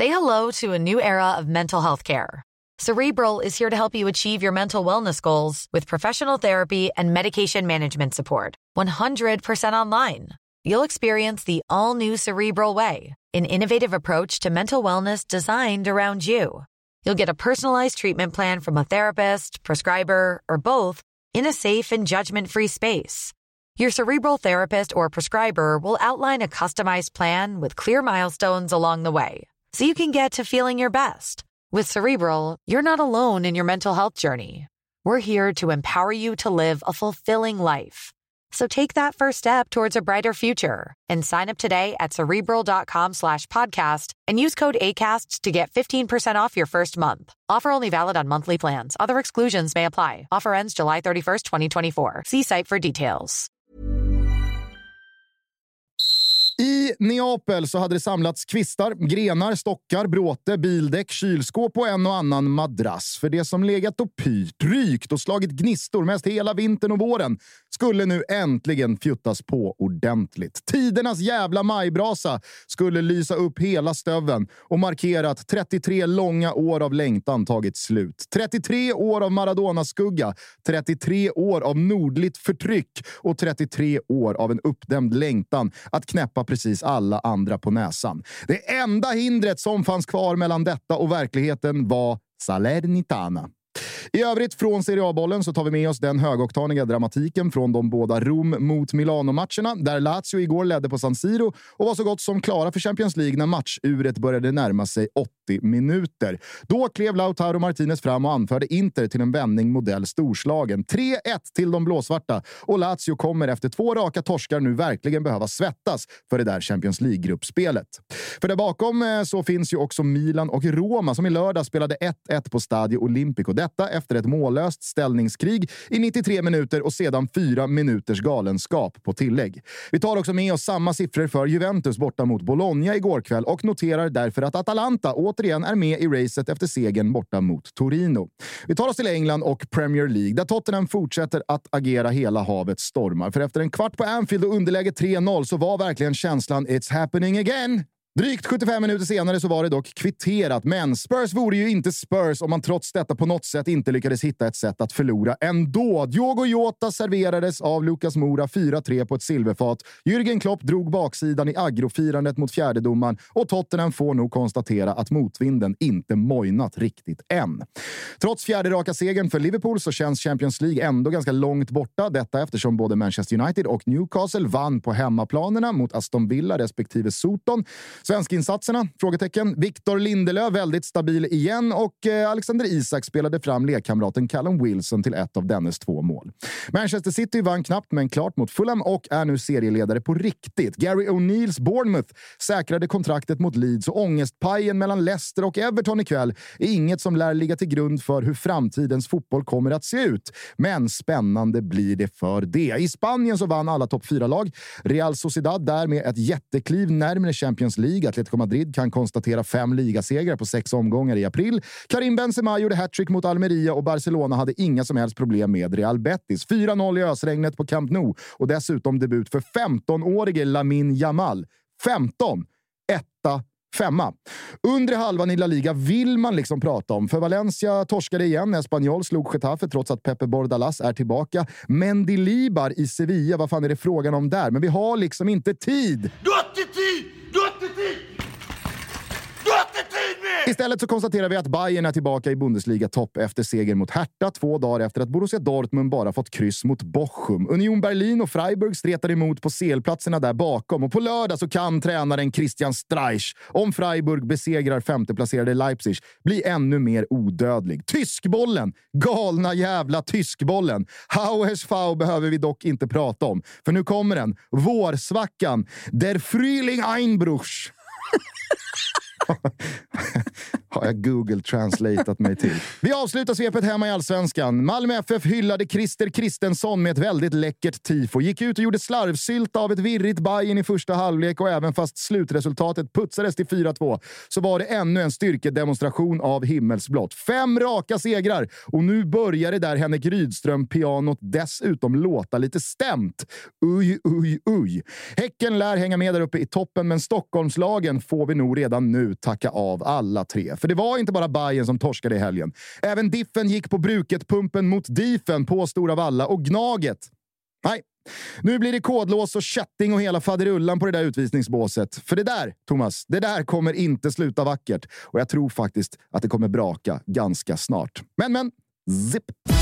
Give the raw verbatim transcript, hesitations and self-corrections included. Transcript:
Say hello to a new era of mental health care. Cerebral is here to help you achieve your mental wellness goals with professional therapy and medication management support. one hundred percent online. You'll experience the all-new Cerebral Way, an innovative approach to mental wellness designed around you. You'll get a personalized treatment plan from a therapist, prescriber, or both in a safe and judgment-free space. Your Cerebral therapist or prescriber will outline a customized plan with clear milestones along the way, so you can get to feeling your best. With Cerebral, you're not alone in your mental health journey. We're here to empower you to live a fulfilling life. So take that first step towards a brighter future and sign up today at Cerebral.com slash podcast and use code ACAST to get fifteen percent off your first month. Offer only valid on monthly plans. Other exclusions may apply. Offer ends July thirty-first, twenty twenty-four. See site for details. I Neapel så hade det samlats kvistar, grenar, stockar, bråte, bildäck, kylskåp och en och annan madrass. För det som legat och pyrt, rykt och slagit gnistor mest hela vintern och våren skulle nu äntligen fjuttas på ordentligt. Tidernas jävla majbrasa skulle lysa upp hela stöven och markera att trettiotre långa år av längtan tagit slut. trettiotre år av Maradona-skugga, trettiotre år av nordligt förtryck och trettiotre år av en uppdämd längtan att knäppa precis alla andra på näsan. Det enda hindret som fanns kvar mellan detta och verkligheten var Salernitana. I övrigt från Serie A-bollen så tar vi med oss den högoktaniga dramatiken från de båda Rom mot Milano-matcherna där Lazio igår ledde på San Siro och var så gott som klara för Champions League när matchuret började närma sig åttio minuter. Då klev Lautaro Martinez fram och anförde Inter till en vändning modell storslagen. tre ett till de blåsvarta och Lazio kommer efter två raka torskar nu verkligen behöva svettas för det där Champions League-gruppspelet. För där bakom så finns ju också Milan och Roma som i lördag spelade ett ett på Stadio Olimpico. Detta efter ett mållöst ställningskrig i nittiotre minuter och sedan fyra minuters galenskap på tillägg. Vi tar också med oss samma siffror för Juventus borta mot Bologna igår kväll och noterar därför att Atalanta återigen är med i racet efter segern borta mot Torino. Vi tar oss till England och Premier League där Tottenham fortsätter att agera hela havet stormar. För efter en kvart på Anfield och underläge tre noll så var verkligen känslan It's happening again. Drygt sjuttiofem minuter senare så var det dock kvitterat, men Spurs vore ju inte Spurs om man trots detta på något sätt inte lyckades hitta ett sätt att förlora ändå. Diogo Jota serverades av Lucas Moura fyra tre på ett silverfat. Jürgen Klopp drog baksidan i agrofirandet mot fjärdedomaren och Tottenham får nog konstatera att motvinden inte mojnat riktigt än. Trots fjärde raka segern för Liverpool så känns Champions League ändå ganska långt borta. Detta eftersom både Manchester United och Newcastle vann på hemmaplanerna mot Aston Villa respektive Soton. Svenskinsatserna, frågetecken. Victor Lindelöf väldigt stabil igen och eh, Alexander Isak spelade fram lekkamraten Callum Wilson till ett av dennes två mål. Manchester City vann knappt men klart mot Fulham och är nu serieledare på riktigt. Gary O'Neills Bournemouth säkrade kontraktet mot Leeds och ångestpajen mellan Leicester och Everton ikväll är inget som lär ligga till grund för hur framtidens fotboll kommer att se ut. Men spännande blir det för det. I Spanien så vann alla topp fyra lag. Real Sociedad där med ett jättekliv närmare Champions League. Atletico Madrid kan konstatera fem ligasegrar på sex omgångar i april. Karim Benzema gjorde hattrick mot Almeria och Barcelona hade inga som helst problem med Real Betis. fyra noll i ösregnet på Camp Nou och dessutom debut för femtonårige Lamine Yamal. femton, etta, femma. Undre halvan i La Liga vill man liksom prata om. För Valencia torskade igen. Espanyol slog Getafe trots att Pepe Bordalas är tillbaka. Mendilibar i Sevilla, vad fan är det frågan om där? Men vi har liksom inte tid. Du har inte tid! Du har inte tid! Du har inte tid med! Istället så konstaterar vi att Bayern är tillbaka i Bundesliga-topp efter seger mot Hertha två dagar efter att Borussia Dortmund bara fått kryss mot Bochum. Union Berlin och Freiburg stretar emot på selplatserna där bakom och på lördag så kan tränaren Christian Streich, om Freiburg besegrar femteplacerade Leipzig, bli ännu mer odödlig. Tyskbollen! Galna jävla tyskbollen! Hauers Fau behöver vi dock inte prata om, för nu kommer den. Vårsvackan. Der Frühling Einbruch. har jag Google translateat mig till. Vi avslutar svepet hemma i Allsvenskan. Malmö F F hyllade Christer Kristensson med ett väldigt läckert tifo. Gick ut och gjorde slarvsylt av ett virrigt Bayern i första halvlek och även fast slutresultatet putsades till fyra två så var det ännu en styrkedemonstration av himmelsblått. Fem raka segrar och nu börjar det där Henrik Rydström-pianot dessutom låta lite stämt. Uj, uj, uj. Häcken lär hänga med där uppe i toppen, men Stockholmslagen får vi nog redan nu tacka av alla tre. För det var inte bara Bayern som torskade i helgen. Även Diffen gick på bruket-pumpen mot Difen på Stora Valla och Gnaget. Nej, nu blir det kodlås och chatting och hela faderullan på det där utvisningsbåset. För det där, Thomas, det där kommer inte sluta vackert. Och jag tror faktiskt att det kommer braka ganska snart. Men, men, zip!